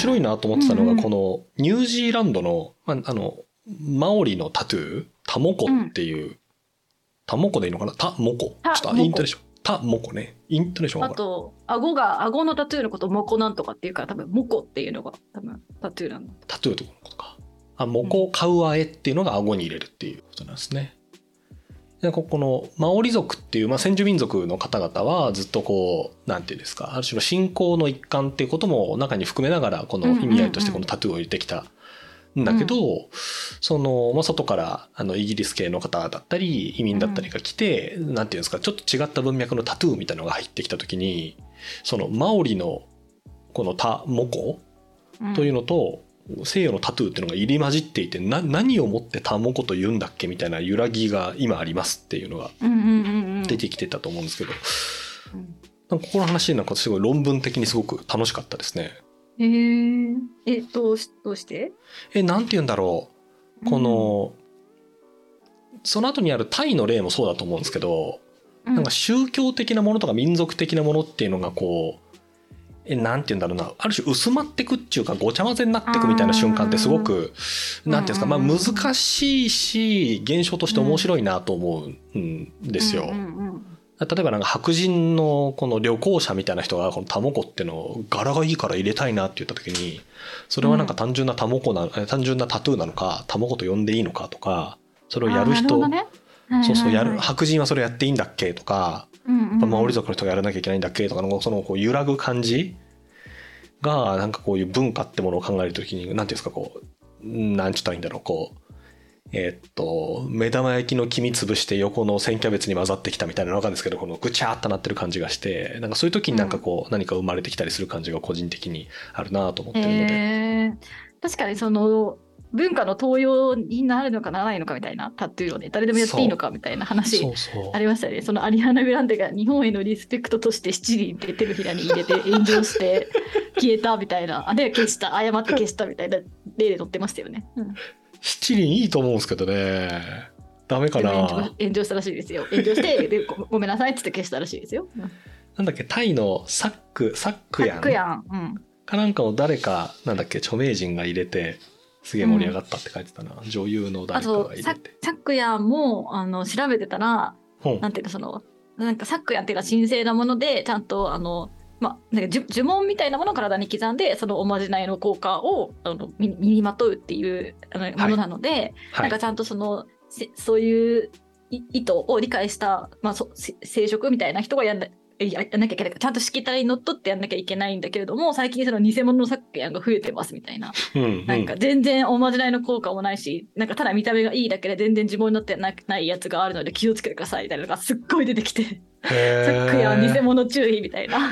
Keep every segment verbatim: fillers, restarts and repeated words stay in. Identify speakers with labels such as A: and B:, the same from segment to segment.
A: 白いなと思ってたのが、
B: うんうん、
A: このニュージーランドの、まあ、あのマオリのタトゥー、タモコっていう、うん、タモコでいいのかな、タモコ、ちょっとイントネーション、タモコね、イントネーション
B: あと顎が顎のタトゥーのことモコなんとかっていうから、多分モコっていうのが多分タトゥーなんだ。
A: タトゥーとかのことか。あ、モコカウアエっていうのが顎に入れるっていうことなんですね。でここのマオリ族っていう、まあ、先住民族の方々はずっとこうなんていうんですか、ある種の信仰の一環っていうことも中に含めながらこの意味合いとしてこのタトゥーを入れてきたんだけど、うんうんうん、その、まあ、外からあのイギリス系の方だったり移民だったりが来て、うん、なんていうんですか、ちょっと違った文脈のタトゥーみたいなのが入ってきた時に、そのマオリのこのタモコというのと、うん、西洋のタトゥーっていうのが入り混じっていて、な何をもってタモコと言うんだっけみたいな揺らぎが今ありますっていうのが出てきてたと思うんですけど、うんうんうん、なんかここの話なんかすごい論文的にすごく楽しかったですね。
B: へー、えどうしどうして
A: えなんて言うんだろう、この、うん、その後にあるタイの例もそうだと思うんですけど、うん、なんか宗教的なものとか民族的なものっていうのがこうえなんて言うんだろうな、ある種薄まってくっていうかごちゃ混ぜになってくみたいな瞬間ってすごくなんていうんですか、まあ難しいし現象として面白いなと思うんですよ。例えばなんか白人のこの旅行者みたいな人がこのタモコっていうのを柄がいいから入れたいなって言った時に、それはなんか単純なタモコな、単純なタトゥーなのかタモコと呼んでいいのかとか、それをやる人、ね、そうそうやる白人はそれやっていいんだっけとか、マオリ族の人がやらなきゃいけないんだっけとかのそのこう揺らぐ感じがなんかこういう文化ってものを考えるときになんていうんですか、こうなんちゅったらいいんだろう、こうえー、っと目玉焼きの黄身潰して横の千キャベツに混ざってきたみたいなのが分かるんですけど、このぐちゃーっとなってる感じがして、なんかそういう時になんかこう、うん、何か生まれてきたりする感じが個人的にあるなと思ってるので、
B: えー、確かにその文化の登用になるのかならないのかみたいなタトゥーをね誰でもやっていいのかみたいな話ありましたね。そのアリアナ・グランデが日本へのリスペクトとして七輪で手のひらに入れて炎上して消えたみたいな、あれ消した誤って消したみたいな例で載ってましたよね、うん、
A: 七輪いいと思うんですけどね、ダメかな。
B: 炎上、炎上したらしいですよ。炎上してで ご, ごめんなさいっつって消したらしいですよ、うん、
A: なんだっけタイのサックサックヤン
B: サックヤン、うん、
A: かなんかを誰かなんだっけ著名人が入れてすげえ盛り上がったって書いてたな、うん、女優の誰かが入れて。
B: あとサックヤンもあの調べてたら、うん、なんていうかそのなんかサックヤンっていうのは神聖なものでちゃんとあのまあ、なんか 呪, 呪文みたいなものを体に刻んでそのおまじないの効果をあの 身, 身にまとうっていうあのものなので、はいはい、なんかちゃんとそのそういう意図を理解した、まあ、そ聖職みたいな人がやんなやんなきゃいけない、ちゃんとしきたりにのっとってやんなきゃいけないんだけれども、最近その偽物のサックヤンが増えてますみたいな、うんうん、なんか全然おまじないの効果もないし、なんかただ見た目がいいだけで全然呪文になってなないやつがあるので気をつけてくださいみたいなのがすっごい出てきて、サックヤン偽物注意みたいな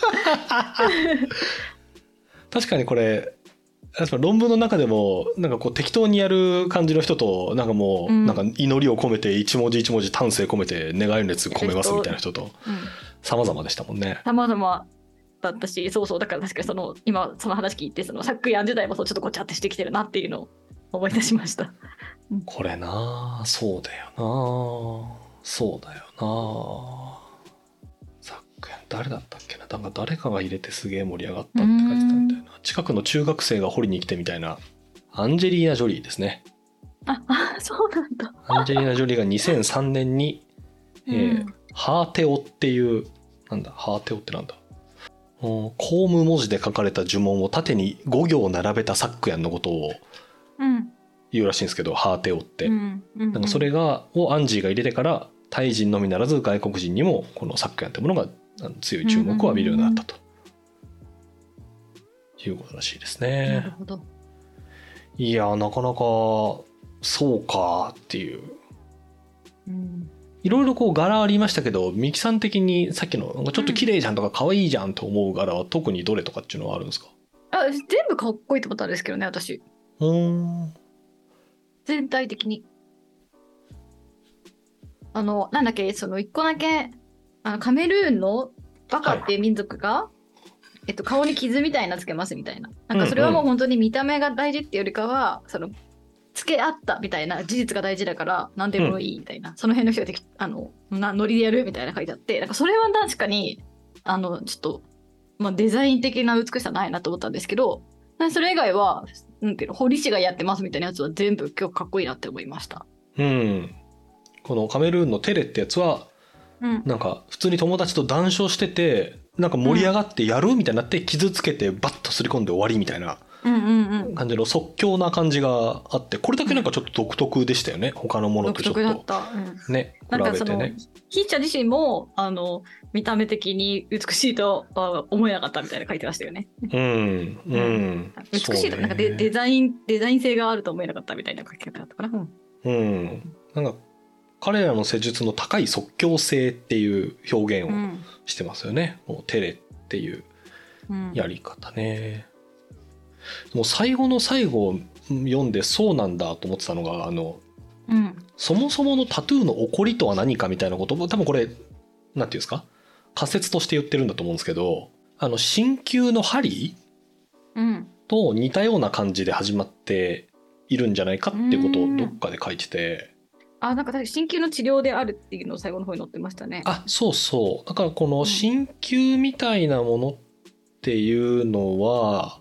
A: 確かにこれ論文の中でもなんかこう適当にやる感じの人と、なんかもうなんか祈りを込めて一文字一文字丹精込めて願いの熱込めますみたいな人と様々でしたもんね。
B: 様々だったし、そうそう、だから確かにその今その話聞いて、そのサックヤン時代もそうちょっとごちゃってしてきてるなっていうのを思い出しました。
A: これな、そうだよな、そうだよな。サックヤン誰だったっけな、なんか誰かが入れてすげえ盛り上がったって書いてたみたいな。近くの中学生が掘りに来てみたいな。アンジェリーナ・ジョリーですね。
B: ああ、そうなんだ。
A: アンジェリーナ・ジョリーがにせんさんねんに、えーうん、ハーテオっていうなんだハーテオってなんだ公務文字で書かれた呪文を縦にご行並べたサックヤンのことを言うらしいんですけど、うん、ハーテオって、うんうんうん、なんかそれがをアンジーが入れてからタイ人のみならず外国人にもこのサックヤンってものが強い注目を浴びるようになったと、いうことらしいですね。
B: なるほど。
A: いやなかなかそうかっていう、うん、いろいろこう柄ありましたけど、ミキさん的にさっきのちょっと綺麗じゃんとか可愛いじゃんと思う柄は特にどれとかっていうのはあるんですか？
B: あ、全部かっこいいってことなんですけどね、私。うーん、全体的にあのなんだっけ、その一個だけあのカメルーンのバカっていう民族が、はい、えっと、顔に傷みたいなつけますみたいな、なんかそれはもう本当に見た目が大事っていうよりかは、そのつけ合ったみたいな事実が大事だから何でもいいみたいな、うん、その辺の人ができあのなノリでやるみたいな書いてあって、なんかそれは確かにあのちょっと、まあ、デザイン的な美しさないなと思ったんですけど、 それ以外はなんていうの、堀市がやってますみたいなやつは全部今日かっこいいなって思いました。
A: うん。このカメルーンのテレってやつは、うん、なんか普通に友達と談笑してて、なんか盛り上がってやるみたいになって傷つけてバッとすり込んで終わりみたいな感じの即興な感じがあって、これだけなんかちょっと独特でしたよね、うん、他のものとちょっと
B: 独特だった、うん、
A: ね、比べてね。
B: 筆者自身もあの見た目的に美しいとは思えなかったみたいな書いてましたよね。
A: うん、うん、
B: 美しいと、なんか デ, デザインデザイン性があると思えなかったみたいな書き方だったかな。
A: うん、うん、なんか彼らの施術の高い即興性っていう表現をしてますよね、うん、もうテレっていうやり方ね、うん、もう最後の最後を読んでそうなんだと思ってたのが、あの、うん、そもそものタトゥーの起こりとは何かみたいなことも多分これなんていうんですか、仮説として言ってるんだと思うんですけど、あの鍼灸の針、うん、と似たような感じで始まっているんじゃないかっていうことをどっかで書いてて、
B: あ、なんか鍼灸の治療であるっていうのを最後の方に載ってましたね。
A: あ、そうそう。だからこの鍼灸みたいなものっていうのは、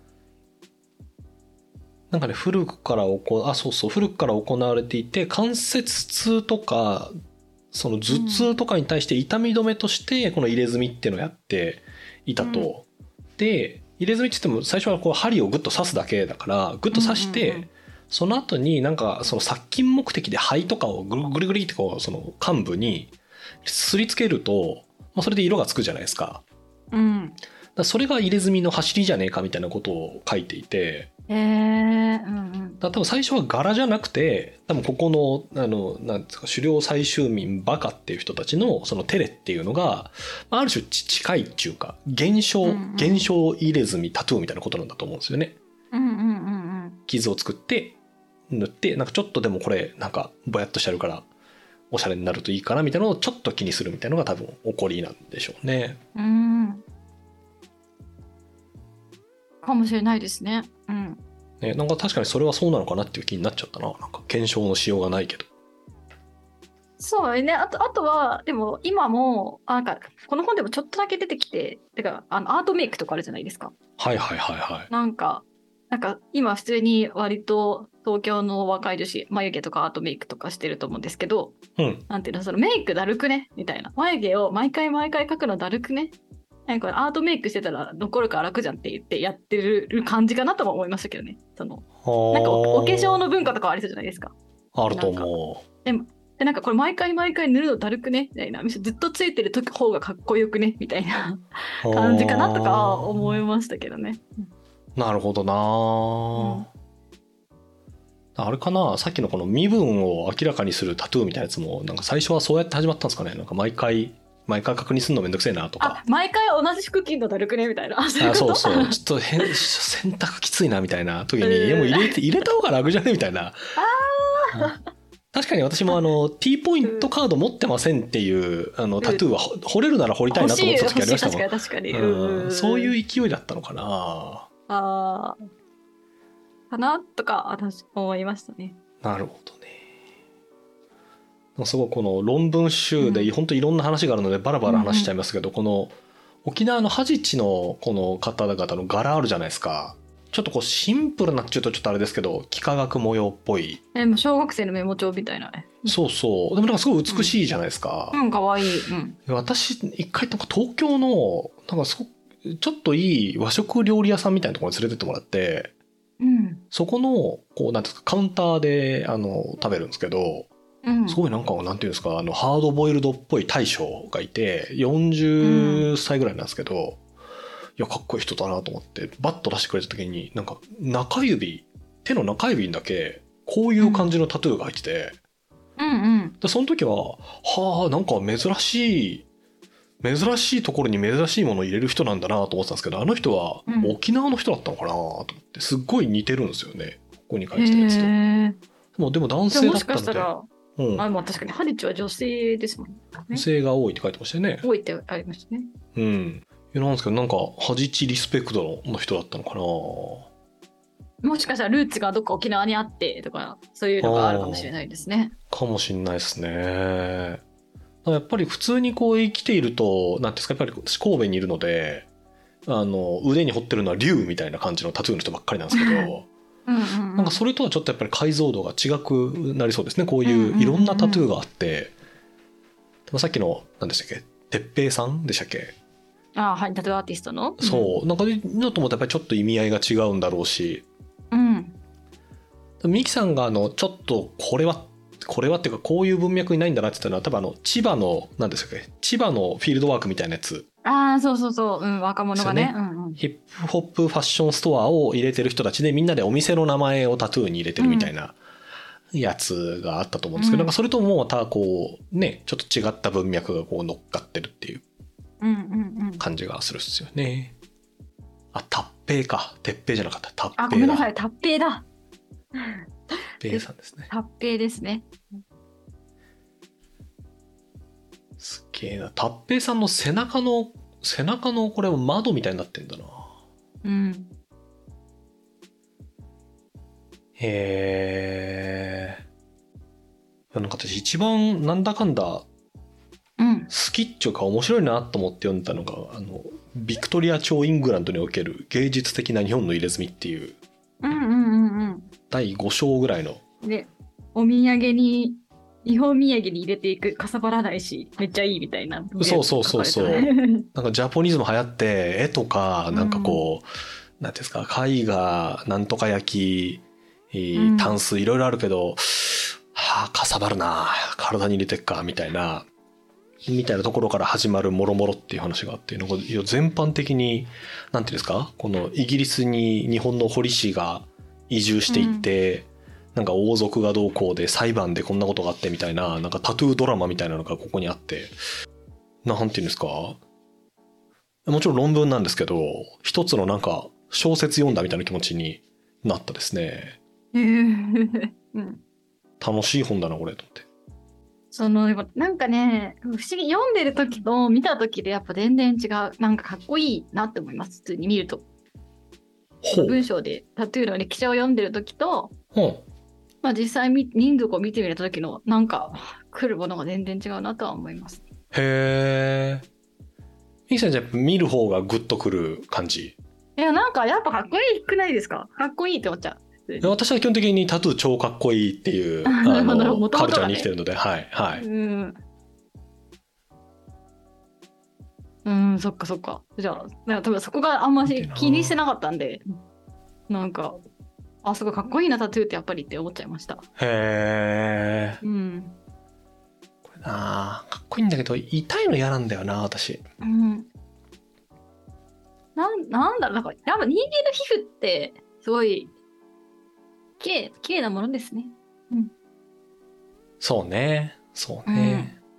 A: なんかね、古くから行あそうそう古くから行われていて、関節痛とかその頭痛とかに対して痛み止めとしてこの入れ墨っていうのをやっていたと、うん、で入れ墨って言っても最初はこう針をグッと刺すだけだからグッと刺して、うんうんうん、その後になんかその殺菌目的で灰とかをぐるぐるぐるってこうその患部にすりつけると、まあ、それで色がつくじゃないですか。うん、だそれが入れ墨の走りじゃねえかみたいなことを書いていて、へー、うんうん、だ多分最初は柄じゃなくて、多分ここのあのなんですか、狩猟採集民バカっていう人たちのそのテレっていうのがある種近いっていうか現象、うんうん、現象入れ墨タトゥーみたいなことなんだと思うんですよね。うんうんうんうん、傷を作って塗ってなんかちょっとでもこれなんかぼやっとしてあるからおしゃれになるといいかなみたいなのをちょっと気にするみたいなのが多分起こりなんでしょうね。うん、
B: かもしれないですね。うん。
A: ね、なんか確かにそれはそうなのかなっていう気になっちゃったな。なんか検証のしようがないけど。
B: そうね。あと、あとは、でも今も、なんか、この本でもちょっとだけ出てきて、てか、あの、アートメイクとかあるじゃないですか。
A: はいはいはいはい。
B: なんか、なんか今普通に割と東京の若い女子、眉毛とかアートメイクとかしてると思うんですけど、うん、なんていうの、そのメイクだるくねみたいな。眉毛を毎回毎回描くのだるくね、なんかアートメイクしてたら残るから楽じゃんって言ってやってる感じかなとも思いましたけどね。そのなんか お, お化粧の文化とかはありそうじゃないですか。
A: あると思う。
B: でもでなんかこれ毎回毎回塗るのだるくねみたいな、ずっとついてる時方がかっこよくねみたいな感じかなとか思いましたけどね。
A: なるほどな、うん、あれかな、さっきのこの身分を明らかにするタトゥーみたいなやつもなんか最初はそうやって始まったんですかね。なんか毎回毎回確認するのめんどくせえなとか、
B: あ、毎回同じ服着んのだるくねみたいな、あ、
A: そうそうそう、ちょっと変洗濯きついなみたいな時に、でも入れて入れた方が楽じゃねみたいな。あ確かに私もあの T ポイントカード持ってませんっていうあのタトゥーは彫れるなら彫りたいなと思った時ありましたもん。
B: 確かに確かに、
A: うん、そういう勢いだったのかな
B: あかなとか私思いましたね。
A: なるほどね。すごいこの論文集で本当いろんな話があるのでバラバラ話しちゃいますけど、うんうん、この沖縄のハジチのこの方々の柄あるじゃないですか。ちょっとこうシンプルなっちゅうとちょっとあれですけど幾何学模様っぽい、
B: えもう小学生のメモ帳みたいなね。
A: そうそう、でもなんかすごい美しいじゃないですか。
B: うん、かわいい、うん、
A: 私一回なんか東京のなんかすごくちょっといい和食料理屋さんみたいなところに連れてってもらって、うん、そこのこうなんですかカウンターであの食べるんですけど、うん、すごいなんかなんていうんですか、あのハードボイルドっぽい大将がいてよんじゅっさいぐらいなんですけど、うん、いやかっこいい人だなと思ってバッと出してくれた時になんか中指手の中指にだけこういう感じのタトゥーが入ってて、うんうん、でその時ははあなんか珍しい珍しいところに珍しいものを入れる人なんだなと思ってたんですけど、あの人は沖縄の人だったのかなと思ってすっごい似てるんですよね、ここに書いてたやつと。もうでも男性だったので、もしかしたら
B: うん、あまあ確かにハリチは女性ですもんね。
A: 女性が多いって書いてましたよね。
B: 多いってありましたね。
A: うん。なんですけどなんかハジチリスペクトの人だったのかな。
B: もしかしたらルーツがどっか沖縄にあってとかそういうのがあるかもしれないですね。
A: かもしれないですね。やっぱり普通にこう生きているとなんですか、やっぱり神戸にいるのであの腕に彫ってるのは竜みたいな感じのタトゥーの人ばっかりなんですけど
B: うんうん、うん、
A: なんかそれとはちょっとやっぱり解像度が違くなりそうですね。こういういろんなタトゥーがあって、でもさっきの何でしたっけ、哲平さんでしたっけ。
B: あ、はい、タトゥーアーティストの、
A: そう、なんかのともやっぱりちょっと意味合いが違うんだろうし、
B: うん、
A: ミキさんがあのちょっとこれはこれはっていうかこういう文脈にないんだなって言ったのは多分あの千葉の何でしたっけ、千葉のフィールドワークみたいなやつ。
B: ああ、そうそうそう、うん、若者がね、うんうん、
A: ヒップホップファッションストアを入れてる人たちでみんなでお店の名前をタトゥーに入れてるみたいなやつがあったと思うんですけど、うん、なんかそれともまたこうねちょっと違った文脈がこう乗っかってるっていう感じがするっすよね。あ、タッペイか、鉄平じゃなかった、タッペイだ。
B: あ、ごめんなさい、タッペイだ。
A: タッペイさんですね。
B: タッペイですね。
A: すげえな。タッペイさんの背中の背中のこれ窓みたいになってんだな。
B: うん。
A: へえ。なんか私一番なんだかんだ
B: うん、
A: 好きっちゅうか面白いなと思って読んだのがあのビクトリア朝イングランドにおける芸術的な日本の入れ墨っていう、
B: うんうんうんうん、
A: だいご章ぐらいの
B: でお土産に日本土産に入れていくかさばらないしめっちゃいいみたいな。
A: そうそうそうそうなんかジャポニズム流行って絵とかなんかこう、うん、なんていうんですか、絵画なんとか焼きタンスいろいろあるけど、はあかさばるな体に入れてっかみたいなみたいなところから始まるもろもろっていう話があって、なんか全般的になんていうんですか、このイギリスに日本の彫り師が移住していって、うん、なんか王族がどうこうで裁判でこんなことがあってみたいな、なんかタトゥードラマみたいなのがここにあって、なんていうんですか、もちろん論文なんですけど一つのなんか小説読んだみたいな気持ちになったですね。うん、楽しい本だなこれと思って。
B: そのなんかね不思議、読んでる時と見た時でやっぱ全然違う、なんかかっこいいなって思います。普通に見ると文章でタトゥーの歴史を読んでる時と、まあ、実際民族を見てみた時のなんか来るものが全然違うなとは思います。
A: へえ。ミキさんじゃ見る方がグッとくる感じ？
B: いやなんかやっぱかっこいいくないですか？かっこいいって思っちゃう。
A: 私は基本的にタトゥー超かっこいいっていうあのカルチャーに生きてるので、はいはい。うん、
B: うん、そっかそっか。じゃあなんか多分そこがあんまし気にしてなかったんで、なんかあすごいかっこいいなタトゥーってやっぱりって思っちゃいました。
A: へえ。
B: うん。
A: これなかっこいいんだけど痛いの嫌なんだよな私。
B: うん。なんなんだろう、なんかやっぱ人間の皮膚ってすごいきれい、きれいなものですね。うん。
A: そうね。そうね。うん、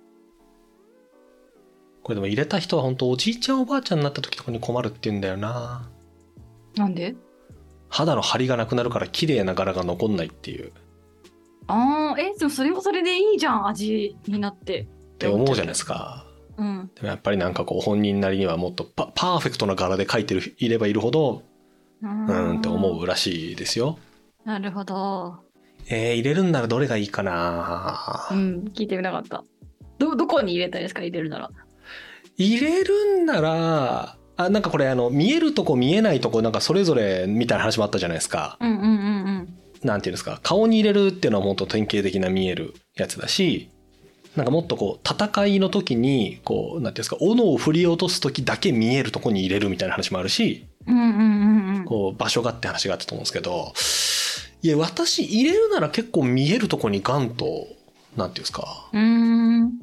A: これでも入れた人は本当おじいちゃんおばあちゃんになった時とかに困るって言うんだよな。
B: なんで？
A: 肌の張りがなくなるから綺麗な柄が残んないっていう。
B: ああ、え、でもそれもそれでいいじゃん、味になって。
A: って思うじゃないですか。うん。でもやっぱりなんかこう本人なりにはもっと パ, パーフェクトな柄で描いてるいればいるほど、うんって思うらしいですよ。
B: なるほど。
A: えー、入れるんならどれがいいかな。
B: うん、聞いてみなかった。ど、どこに入れたいですか、入れるなら。
A: 入れるんなら、あ、なんかこれあの、見えるとこ見えないとこなんかそれぞれみたいな話もあったじゃないですか。
B: うんうんうんうん。
A: なんていうんですか、顔に入れるっていうのはもっと典型的な見えるやつだし、なんかもっとこう、戦いの時に、こう、なんていうんですか、斧を振り落とす時だけ見えるとこに入れるみたいな話もあるし、
B: うんうんうんうん。
A: こう、場所がって話があったと思うんですけど、いや、私入れるなら結構見えるとこにガンと、なんていうんですか。うーん。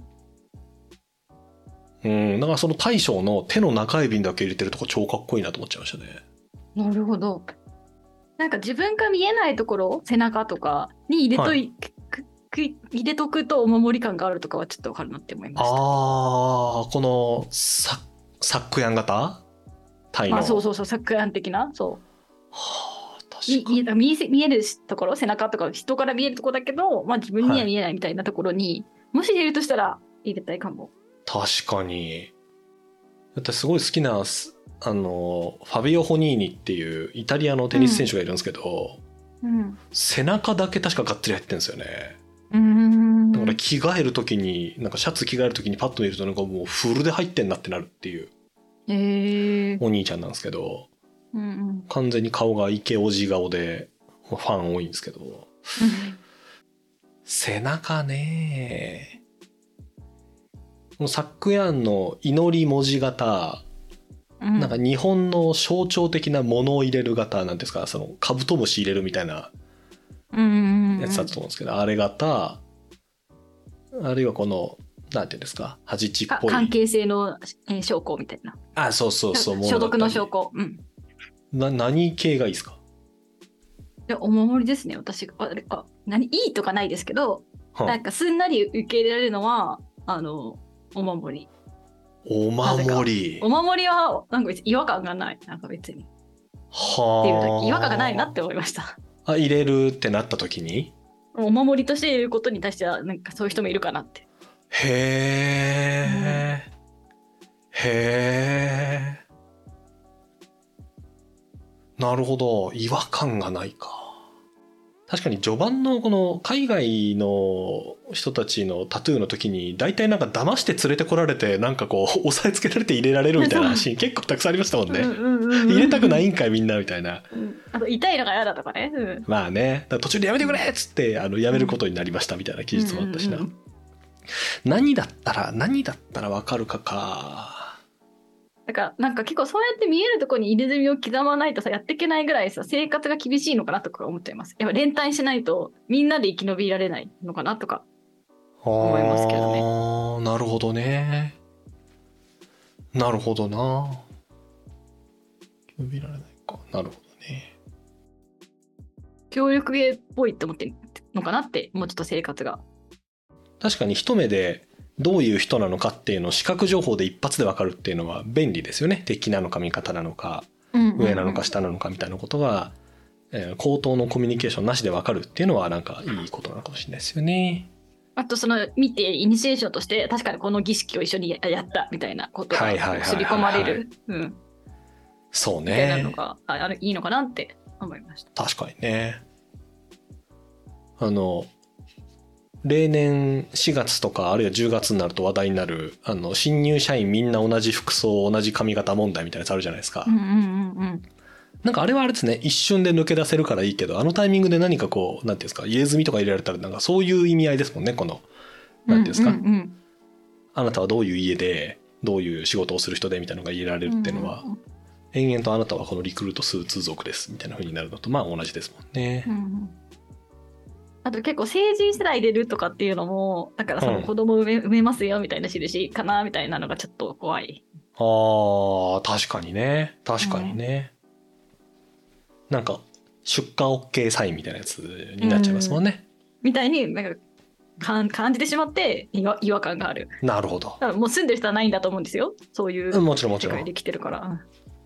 A: うん、だからその大将の手の中指だけ入れてるとこ超かっこいいなと思っちゃいましたね。な
B: るほど。なんか自分が見えないところ、背中とかに入れとい、はい、入れとくとお守り感があるとかはちょっと分かるなって思いました。あ
A: ああ、このササックヤン型タイの。
B: あ、そうそうそう、サックヤン的な、そう。はあ、確かに。見, 見, 見えるところ、背中とか人から見えるところだけど、まあ自分には見えないみたいなところに、はい、もし入れるとしたら入れたいかも。
A: 確かに。だってすごい好きなあのファビオ・ホニーニっていうイタリアのテニス選手がいるんですけど、うんうん、背中だけ確かがっつり入ってるんですよね。うーん、だから着替える時になんかシャツ着替える時にパッと見るとなんかもうフルで入ってんなってなるっていう。
B: へ
A: お兄ちゃんなんですけど、
B: うんうん、
A: 完全に顔がイケオジ顔でファン多いんですけど背中ね、このサックヤンの祈り文字型、うん、なんか日本の象徴的なものを入れる型なんですか、そのカブトムシ入れるみたいなやつだと思うんですけど、うんうんうん、あれ型、あるいはこのなんていうんですか、はじちっぽい
B: 関係性の、えー、証拠みたいな、
A: あ、そうそうそう、
B: 所属の証拠、うん、
A: な何系がいいですか？
B: いやお守りですね。私がああ何いいとかないですけど、はあ、なんかすんなり受け入れられるのはあのお守り。
A: お守り。
B: お守りはなんか別に違和感がない、なんか別に。はあ。っていうだけ違和感がないなって思いました。
A: あ、入れるってなった時に？
B: お守りとして入れることに対してはなんかそういう人もいるかなって。
A: へー、うん、へー。なるほど、違和感がないか。確かに序盤のこの海外の人たちのタトゥーの時に大体なんか騙して連れてこられてなんかこう押さえつけられて入れられるみたいなシーン結構たくさんありましたもんね。入れたくないんかいみんなみたいな、
B: うん、あと痛いのが嫌だとかね、うん、
A: まあね、だから途中でやめてくれっつってあのやめることになりましたみたいな記述もあったしな、うんうんうん、何だったら何だったらわかるかか。
B: だからなんか結構そうやって見えるところに入れ墨を刻まないとさやっていけないぐらいさ生活が厳しいのかなとか思っちゃいます。やっぱ連帯しないとみんなで生き延びられないのかなとか思いますけどね。
A: ああ、なるほどね。なるほどな。生き延びられないか。なるほどね。
B: 協力芸っぽいって思ってるのかなって、もうちょっと生活が。
A: 確かに一目でどういう人なのかっていうのを視覚情報で一発で分かるっていうのは便利ですよね。敵なのか味方なのか、うんうんうん、上なのか下なのかみたいなことが、えー、口頭のコミュニケーションなしで分かるっていうのはなんかいいことなのかもしれないですよね。
B: あとその見てイニシエーションとして確かにこの儀式を一緒にやったみたいなことが刷り込まれる、
A: そうね、
B: みたいなのがあれいいのかなって思いました。
A: 確かにね。あの例年しがつとかあるいはじゅうがつになると話題になるあの新入社員みんな同じ服装同じ髪型問題みたいなやつあるじゃないですか、
B: うんうんうんうん、
A: なんかあれはあれですね、一瞬で抜け出せるからいいけどあのタイミングで何かこうなんていうんですか入れ墨とか入れられたらなんかそういう意味合いですもんね。このなんていうんですか、うんうんうん、あなたはどういう家でどういう仕事をする人でみたいなのが入れられるっていうのは、うんうんうん、延々とあなたはこのリクルートスーツ族ですみたいな風になるのとまあ同じですもんね、うんうん。
B: あと結構成人世代入れるとかっていうのもだからその子供埋め、うん、埋めますよみたいな印かなみたいなのがちょっと怖い。
A: あー確かにね確かにね、うん、なんか出荷 OK サインみたいなやつになっちゃいますもんね、
B: うん、みたいになんか感じてしまって違和感がある。
A: なるほど。
B: もう住んでる人はないんだと思うんですよ、そういう
A: もちろんもちろん
B: 世界で生きてるから。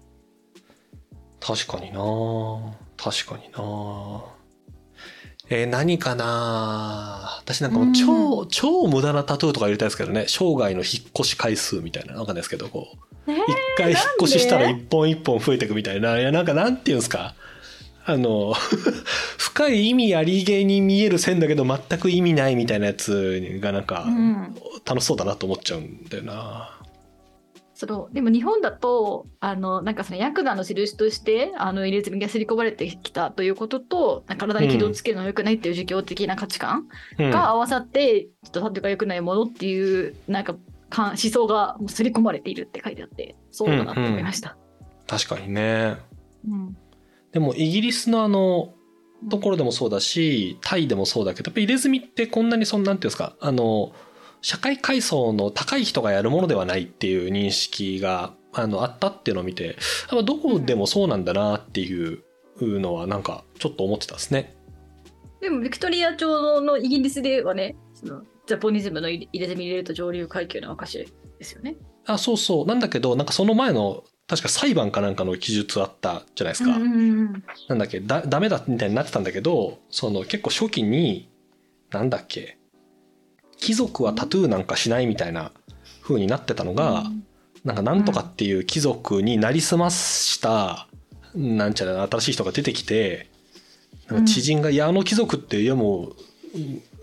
A: 確かにな確かにな。えー、何かな。私なんかもう超、うん、超無駄なタトゥーとか入れたいですけどね。生涯の引っ越し回数みたいな、わかんないですけど、こう一、えー、回引っ越ししたら一本一本増えていくみたいな。いやなんかなんていうんですか、あの深い意味ありげに見える線だけど全く意味ないみたいなやつがなんか楽しそうだなと思っちゃうんだよな。
B: そのでも日本だとあのなんかそのヤクザの印としてあの入れ墨が刷り込まれてきたということと体に気をつけるのは良くないっていう儒教的な価値観が合わさって、うん、ちょっとタトゥーが良くないものっていうなんか思想が刷り込まれているって書いてあってそうだなと思いました、
A: うんうん、確かにね、
B: うん、
A: でもイギリスのあのところでもそうだしタイでもそうだけどやっぱ入れ墨ってこんなにそんなんていうんですかあの社会階層の高い人がやるものではないっていう認識が あのあったっていうのを見てやっぱどこでもそうなんだなっていうのはなんかちょっと思ってたですね。
B: でもビクトリア朝のイギリスではねそのジャポニズムの入れ墨入れると上流階級の証ですよね。
A: あそうそうなんだけどなんかその前の確か裁判かなんかの記述あったじゃないですか、
B: うんうんうん、
A: なんだっけだダメだみたいになってたんだけどその結構初期になんだっけ貴族はタトゥーなんかしないみたいな風になってたのが、うん、なんかなんとかっていう貴族になりすましたなんちゃら新しい人が出てきてなんか知人が、うん、いやあの貴族っていやもう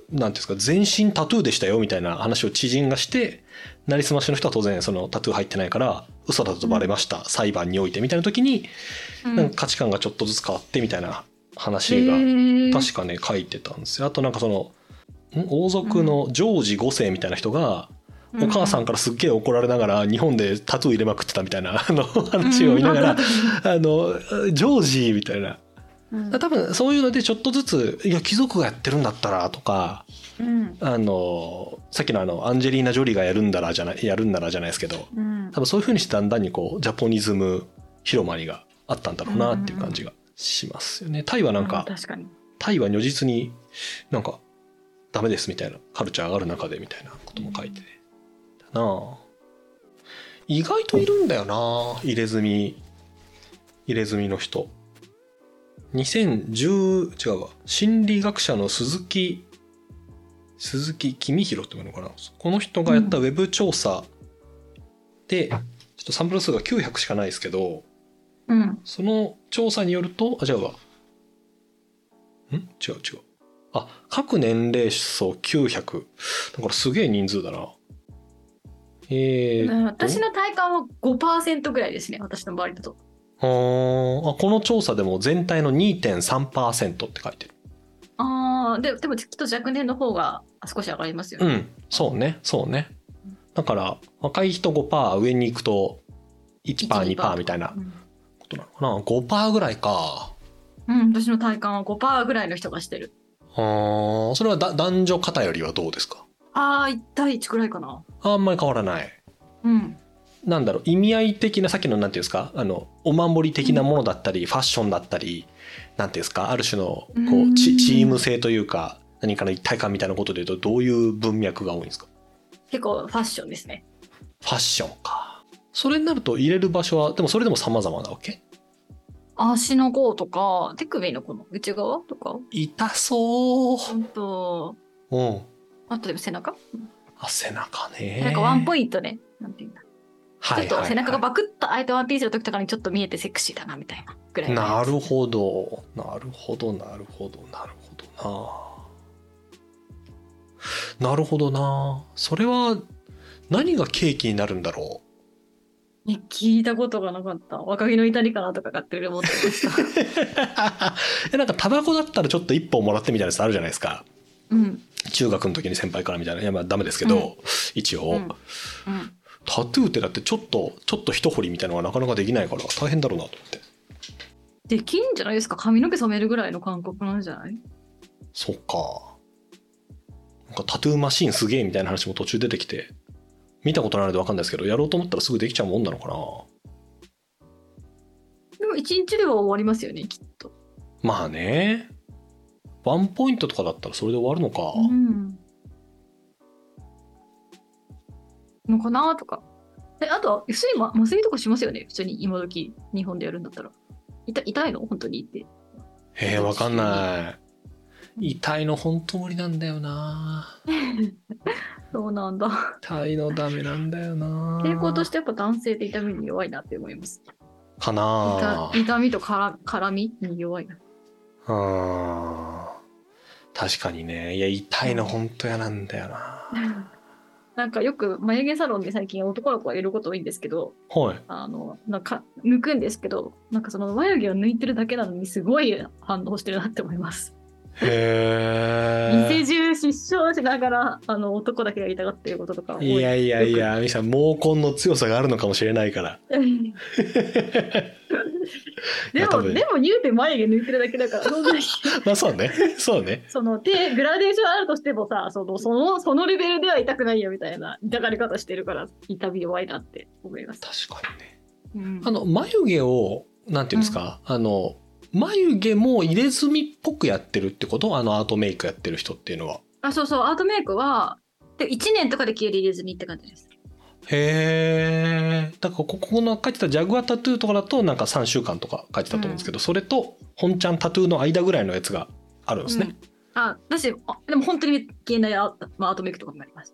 A: なんていうんですか、全身タトゥーでしたよみたいな話を知人がして、なりすましの人は当然そのタトゥー入ってないから嘘だとバレました、うん、裁判においてみたいな時に、うん、なんか価値観がちょっとずつ変わってみたいな話が確かね書いてたんですよ。あとなんかその王族のジョージごせいみたいな人が、お母さんからすっげえ怒られながら日本でタトゥー入れまくってたみたいなあの話を見ながら、あのジョージみたいな、多分そういうのでちょっとずつ、いや貴族がやってるんだったらとか、あのさっきのあのアンジェリーナ・ジョリーがやるんだらじゃないやるんならじゃないですけど、多分そういう風にしてだんだんにこうジャポニズム広まりがあったんだろうなっていう感じがしますよね。タイはなんか、タイは如実になんかダメですみたいなカルチャー上がる中でみたいなことも書いてたな。意外といるんだよな、入れ墨入れ墨の人。にせんじゅう違うわ心理学者の鈴木鈴木公弘っていうのかな、この人がやったウェブ調査で、ちょっとサンプル数がきゅうひゃくしかないですけど、
B: うん、
A: その調査によると、あ違うわん違う違うあ各年齢層きゅうひゃくだからすげえ人数だな。えー、
B: 私の体感は ごパーセント ぐらいですね、私の場合だと。
A: あこの調査でも全体の にてんさんパーセント って書いてる。
B: ああ、ででもきっと若年の方が少し上がりますよね。
A: うん、そうねそうね。だから若い人 ごパーセント 上に行くと いちパーセント にパーセント みたいなことなのかな。 ごパーセント ぐらいか。
B: うん、私の体感は ごパーセント ぐらいの人がしてる。
A: あそれはだ男女方よりはどうですか。
B: ああいち対いちくらいかな。
A: あんまり変わらない。
B: うん
A: なんだろう、意味合い的なさっきのなんていうんですか、あのお守り的なものだったり、うん、ファッションだったり、なんていうんですか、ある種のこうチ、チーム性というか何かの一体感みたいなことで言うとどういう文脈が多いんですか。
B: 結構ファッションですね。
A: ファッションか。それになると入れる場所はでもそれでも様々なわけ。
B: 足の甲とか手首のこの内側とか
A: 痛そう。
B: 本当。
A: うん。
B: あとでも背中。
A: あ背中ね。
B: なんかワンポイントね、なんていうんだ。ちょっと背中がバクッと開いたワンピースの時とかにちょっと見えてセクシーだなみたいなぐらい。
A: なるほどなるほどなるほどなるほどななるほどな。それは何が契機になるんだろ
B: う。聞いたことがなかった。若気の至りかなとか勝手に思ってました
A: なんかタバコだったらちょっと一本もらってみたいなやつあるじゃないですか、
B: うん、
A: 中学の時に先輩からみたいな。いやまあダメですけど、うん、一応、うんうんタトゥーってだってちょっとちょっと一掘りみたいなのがなかなかできないから大変だろうなと思って。
B: できんじゃないですか。髪の毛染めるぐらいの感覚なんじゃない。
A: そっか。なんかタトゥーマシーンすげえみたいな話も途中出てきて見たことないので分かんないですけど、やろうと思ったらすぐできちゃうもんなのかな。
B: でも一日では終わりますよねきっと。
A: まあね、ワンポイントとかだったらそれで終わるのか。
B: うんのかなとか。えあと薄い麻酔とかしますよね普通に今時日本でやるんだったら。痛痛いの本当にって。
A: へえ分かんない。痛いの本当無理なんだよな
B: そうなんだ。
A: 痛いのダメなんだよな。
B: 傾向としてやっぱ男性って痛みに弱いなって思います
A: かな。
B: 痛, 痛みとから絡みに弱いな。
A: あ確かにね。いや痛いの本当嫌なんだよな
B: なんかよく眉毛サロンで最近男の子がいること多いんですけど、
A: はい、
B: あのなんか抜くんですけど、なんかその眉毛を抜いてるだけなのにすごい反応してるなって思います。
A: へー。
B: 店中失笑しながらあの男だけが痛がっていることとか多い。
A: いやいやいや、ミさん毛根の強さがあるのかもしれないから
B: でもでも言うて眉毛抜いてるだけだからそんなに
A: まあそうねそうね。
B: その手グラデーションあるとしてもさ、そのそのそのレベルでは痛くないよみたいな痛がり方してるから痛み弱いなって思います。
A: 確かにね、
B: うん、
A: あの眉毛をなんていうんですか、うん、あの眉毛も入れ墨っぽくやってるってこと？あのアートメイクやってる人っていうのは。
B: あ、そうそう、アートメイクはでいちねんとかで消える入れ墨って感じです。
A: へえ。だからここの書いてたジャグアータトゥーとかだとなんかさんしゅうかんとか書いてたと思うんですけど、うん、それと本ちゃんタトゥーの間ぐらいのやつがあるんですね、
B: うん、あ、私あでも本当に消えないアートメイクとかもあります。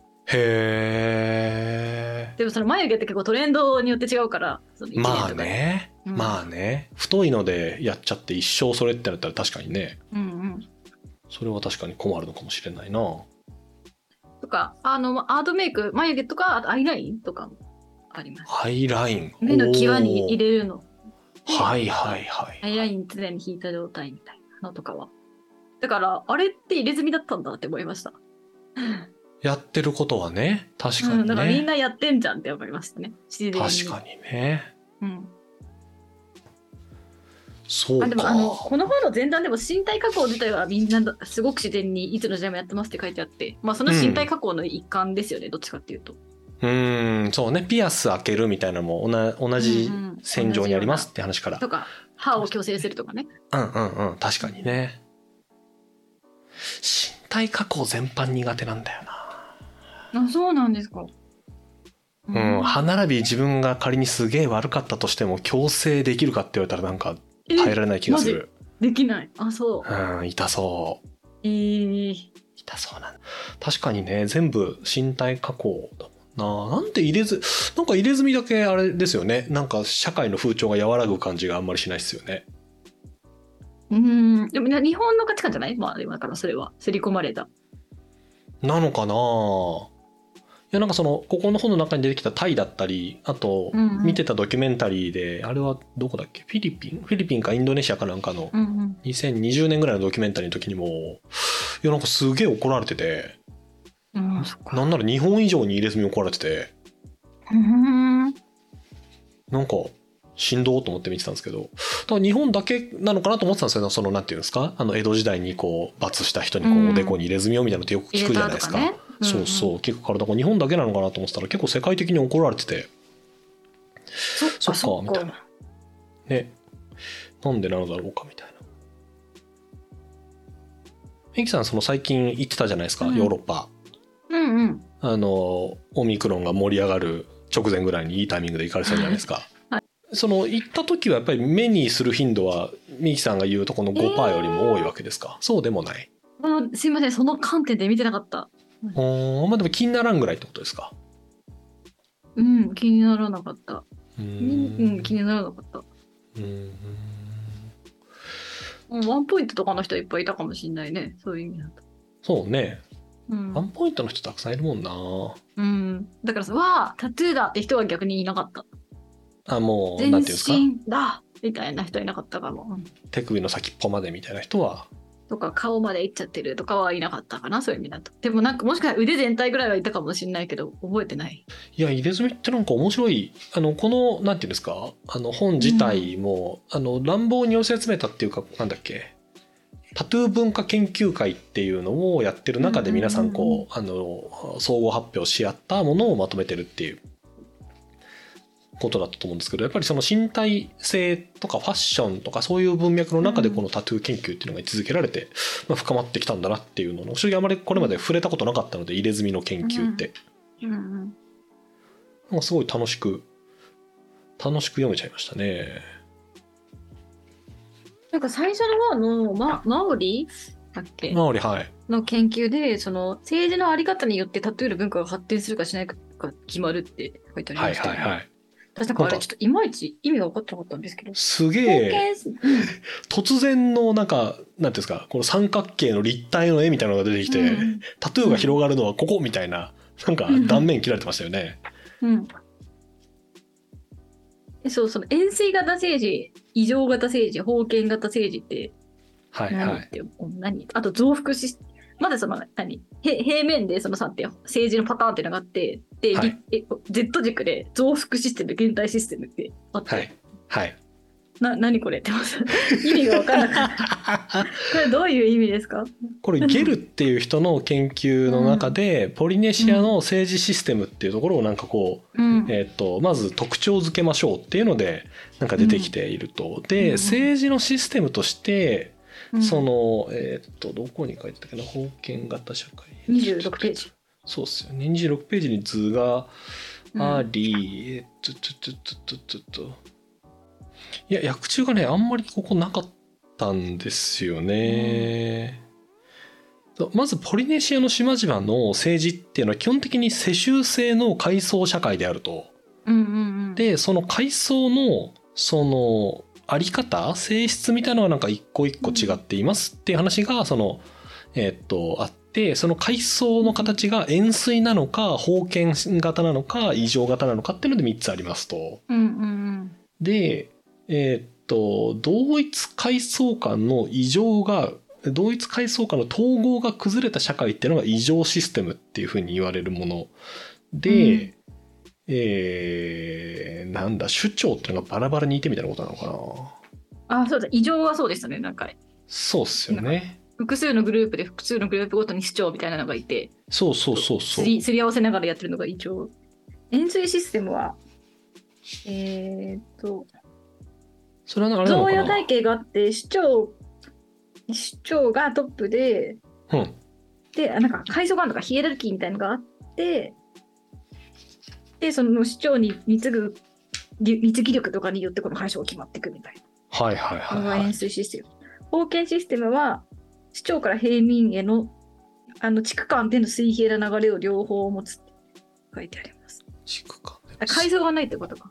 A: へえ。
B: でもその眉毛って結構トレンドによって違うからそのいちねんとか。まあ
A: ね、うん、まあね、太いのでやっちゃって一生それってなったら確かにね。
B: うんうん。
A: それは確かに困るのかもしれないな。
B: とかあのアートメイク眉毛とかあとアイラインとかもあります。
A: アイライン
B: 目の際に入れるの。
A: はいはいはい。
B: アイライン常に引いた状態みたいなのとかは。だからあれって入れ墨だったんだって思いました。
A: やってることはね、確かにね、うん、
B: だからみんなやってんじゃんって思いましたね。自然に。
A: 確かにね。
B: うん。
A: そうか。
B: あでもあのこの本の前段でも身体加工自体はみんなすごく自然にいつの時代もやってますって書いてあって、まあその身体加工の一環ですよね、うん、どっちかっていうと。
A: うーん、そうね、ピアス開けるみたいなのも同じ線上にありますって話から、
B: うんうん、とか歯を矯正するとかね。
A: うんうんうん、確かにね。身体加工全般苦手なんだよな。
B: あ、そうなんですか。
A: うん、歯並び自分が仮にすげえ悪かったとしても矯正できるかって言われたらなんか耐えられない気がする。
B: できない。あ、そう。
A: うん、痛そう。
B: えー、
A: 痛そうなんだ。確かにね、全部身体加工だもんな。なんで入れず、なんか入れ墨だけあれですよね。なんか社会の風潮が和らぐ感じがあんまりしないですよね。
B: うん、でも日本の価値観じゃない？まあだからそれは刷り込まれた。
A: なのかな。いやなんかそのここの本の中に出てきたタイだったり、あと見てたドキュメンタリーで、うんうん、あれはどこだっけ、フィリピンフィリピンかインドネシアかなんかのにせんにじゅうねんぐらいのドキュメンタリーの時にも、いやなんかすげえ怒られてて、うん、なんなら日本以上に入れ墨怒られてて、うん、なんかしんどーと思って見てたんですけど、多分日本だけなのかなと思ってたんですよ。そのなんていうんですか、あの江戸時代にこう罰した人にこうおでこに入れ墨をみたいなのってよく聞くじゃないですか。ね、うんうん、そうそう、結構体が日本だけなのかなと思ってたら結構世界的に怒られてて、
B: そっかそっかみたい
A: なね、なんでなのだろうかみたいな。エキさんその最近行ってたじゃないですか、うん、ヨーロッパ。
B: うんうん。
A: あのオミクロンが盛り上がる直前ぐらいにいいタイミングで行かれてたじゃないですか。その行った時はやっぱり目にする頻度はミキさんが言うとこの ごパーセント よりも多いわけですか？えー、そうでもない。
B: あ、すいません、その観点で見てなかった。
A: お、まあでも気にならんぐらいってことですか？
B: うん、気にならなかった。うん、うん、気にならなかった。うん、ワンポイントとかの人いっぱいいたかもしれないね、そういう意味だと。
A: そうね、うん、ワンポイントの人たくさんいるもんな。
B: うん、だからさ、わータトゥーだって人は逆にいなかった。
A: あ、もうなんていうんですか、
B: 全身だみたいな人いなかったかも、うん、
A: 手首の先っぽまでみたいな人は
B: とか顔までいっちゃってるとかはいなかったかな、そういう意味だと。でもなんかもしかしたら腕全体ぐらいはいたかもしれないけど覚えてない。
A: いや、入れ墨ってなんか面白い。あのこのなんていうんですか、あの本自体も、うん、あの乱暴に寄せ集めたっていうか、なんだっけ、タトゥー文化研究会っていうのをやってる中で皆さんこう、あの総合発表し合ったものをまとめてるっていうことだったと思うんですけど、やっぱりその身体性とかファッションとかそういう文脈の中でこのタトゥー研究っていうのが位置づけられて、まあ、深まってきたんだなっていうのの正直あまりこれまで触れたことなかったので、入れ墨の研究って、うんうんうん、なんかすごい楽しく楽しく読めちゃいましたね。
B: なんか最初の方の、ま、マオリだっけ、
A: マオリ、はい、
B: の研究でその政治のあり方によってタトゥーの文化が発展するかしないかが決まるって書いてありましたよね。はいはいはい。私なんかあれちょっといまいち意味が分かってなかったんですけど、
A: すげえ突然のなんかなんていうんですか、この三角形の立体の絵みたいなのが出てきて、うん、タトゥーが広がるのはここみたいな、なんか断面切られてましたよね。うん、
B: うん、そう、その円錐型政治、異常型政治、封建型政治って
A: 何、はいはい、
B: 何、あと増幅システム、まだその何平面でそのさって政治のパターンっていうのがあって、で、はい、Z 軸で増幅システム、現代システムってあって、
A: はいはい、
B: な何これって意味が分からなかったこれどういう意味ですか？
A: これゲルっていう人の研究の中で、うん、ポリネシアの政治システムっていうところをなんかこう、うん、えー、とまず特徴づけましょうっていうのでなんか出てきていると、うん、で、うん、政治のシステムとしてその、えっとどこに書いてたっけな、封建型社会
B: にじゅうろくページ、
A: そうっすよね、にじゅうろくページに図があり、うん、えっとちょちょちょちょちょっといや訳中がねあんまりここなかったんですよね。うん、まずポリネシアの島々の政治っていうのは基本的に世襲制の階層社会であると、
B: うんうんうん、で
A: その階層のそのあり方、性質みたいなのはなんか一個一個違っていますっていう話がその、 えー、っとあって、その階層の形が円錐なのか方圏型なのか異常型なのかっていうのでみっつありますと。
B: うんうんうん、
A: で、えー、っと同一階層間の異常が同一階層間の統合が崩れた社会っていうのが異常システムっていうふうに言われるもので、うん、えー、なんだ首長っていうのがバラバラにいてみたいなことなのか
B: な。あ、そうだ、異常はそうでしたね。なんか
A: そうっすよね。
B: 複数のグループで複数のグループごとに首長みたいなのがいて、
A: そうそうそうそう、
B: すり合わせながらやってるのが異常。円錐システムはえー、っと
A: それはあれなのかな、
B: 贈与体系があって首長首長がトップで、
A: うん、
B: でなんか階層があるのかヒエラルキーみたいなのがあって、でその首長に貢ぐ貢ぎ力とかによってこの階層が決まっていくみたいな。
A: はいはいはい、はい、
B: これが円錐システム。封建システムは首長から平民へのあの地区間での水平な流れを両方持つって書いてあります。
A: 地区間
B: で階層がないってことか。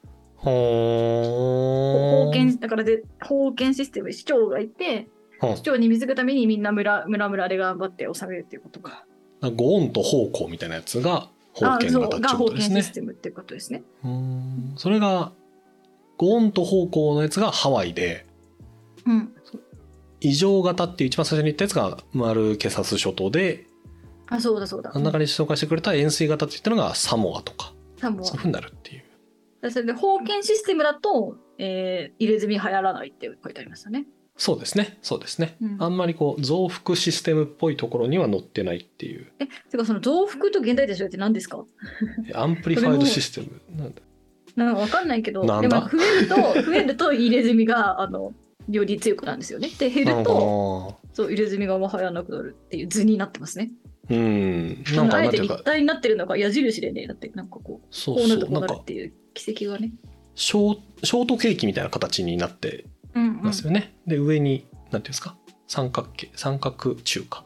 A: ほー。
B: 封建だからで封建システム、首長がいて首長に貢ぐためにみんな村村村で頑張って治めるっていうことか。
A: ゴーンと方向みたいなやつが封建型ってことですね。
B: が封建システムっていうことですね。
A: うーん、それがゴーンと方向のやつがハワイで、
B: うん、
A: 異常型っていう一番最初に言ったやつがマルケサス諸島で、
B: あ、そうだそうだ、
A: 真ん中に紹介してくれた円錐型って言ったのがサモアとか、
B: サモア、
A: そういうふうになるっていう。
B: それで封建システムだと、えー、入れ墨流行らないって書いてありましたね。
A: そうですね、そうですね、うん、あんまりこう増幅システムっぽいところには載ってないっていう。
B: え、てかその増幅と現代でしょって何ですか？
A: アンプリファイドシステムなんだ。
B: なんか分かんないけど、
A: なんだ
B: でも増えると増えると入れ墨があのより強くなるんですよね。で減るとそう入れ墨がもう流行らなくなるっていう図になってますね。
A: うん、
B: なんかあえて立体になってるのが矢印でね、だってなんかこうそうそうこうなるとこうなるっていう奇跡がね。
A: ショー、ショートケーキみたいな形になってますよね。うんうん、で上になんていうんですか、三角形、三角柱か。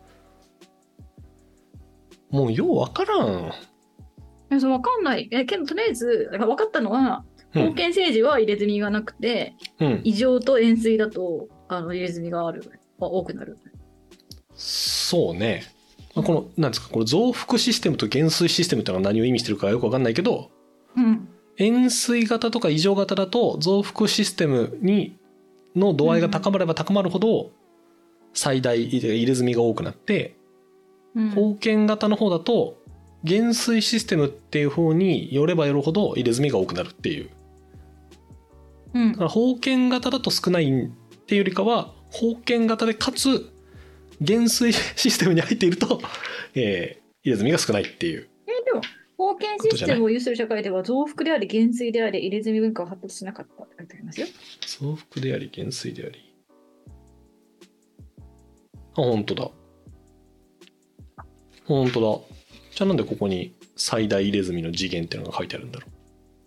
A: もうようわからん。
B: え、そうわかんない。え、けどとりあえず分かったのは、封建政治は入れ墨がなくて、うん、異常と円錐だとあの入れ墨がある、多くなる。
A: そうね。このなんですか、この増幅システムと減錐システムってのは何を意味してるかよくわかんないけど、うん、円錐型とか異常型だと増幅システムにの度合いが高まれば高まるほど最大入れ墨が多くなって、うん、封建型の方だと減錐システムっていう方によればよるほど入れ墨が多くなるっていう、うん、だから封建型だと少ないっていうよりかは封建型でかつ減錐システムに入っていると、えー、入れ墨が少ないっていう。
B: えでも封建システムを有する社会では増幅であり減錐であり入れ墨文化は発達しなかったって書いてありますよ。
A: 増幅であり減錐であり、あ、本当だ本当だ。じゃあなんでここに最大入れ墨の次元っていうのが書いてあるんだろう。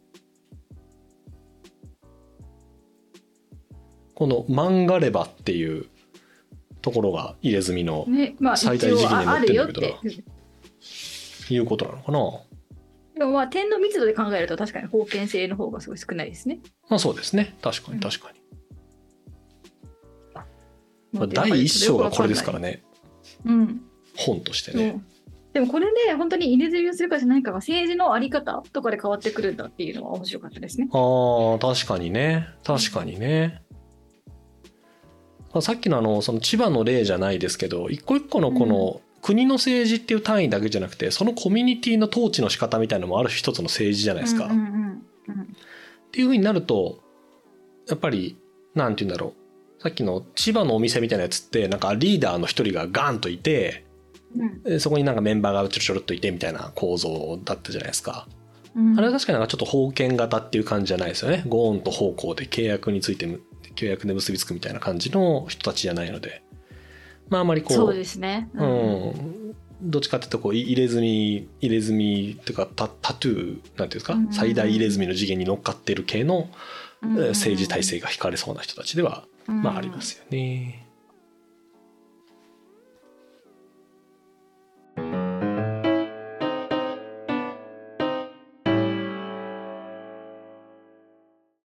A: このマンガレバっていうところが入れ墨の最大次元に載ってるんだけど、ね、まあ、いうことなのかな。
B: でもまあ点の密度で考えると確かに封建性の方がすごい少ないですね。
A: まあそうですね、確かに確かに、うん、まあ、だい一章がこれですからね、うん、本としてね、うん、
B: でもこれで本当に入れ墨をするかじゃないかが政治のあり方とかで変わってくるんだっていうのは面白かったですね。
A: ああ、確かにね、確かにね、うん、さっきのあのその千葉の例じゃないですけど、一個一個のこの、うん、国の政治っていう単位だけじゃなくてそのコミュニティの統治の仕方みたいなのもある一つの政治じゃないですか、うんうんうんうん、っていう風になるとやっぱりなんて言うんだろう、さっきの千葉のお店みたいなやつってなんかリーダーの一人がガンといて、うん、そこになんかメンバーがちょろちょろっといてみたいな構造だったじゃないですか、うん、あれは確かになんかちょっと封建型っていう感じじゃないですよね。ゴーンと方向で契約について契約で結びつくみたいな感じの人たちじゃないので、まああまりこう、
B: そうですね、うん
A: うん、どっちかっていうとこう入れ墨入れ墨というか タ, タトゥーなんていうんですか、うんうん、最大入れ墨の次元に乗っかってる系の、うんうん、政治体制が引かれそうな人たちでは、うん、まあありますよね。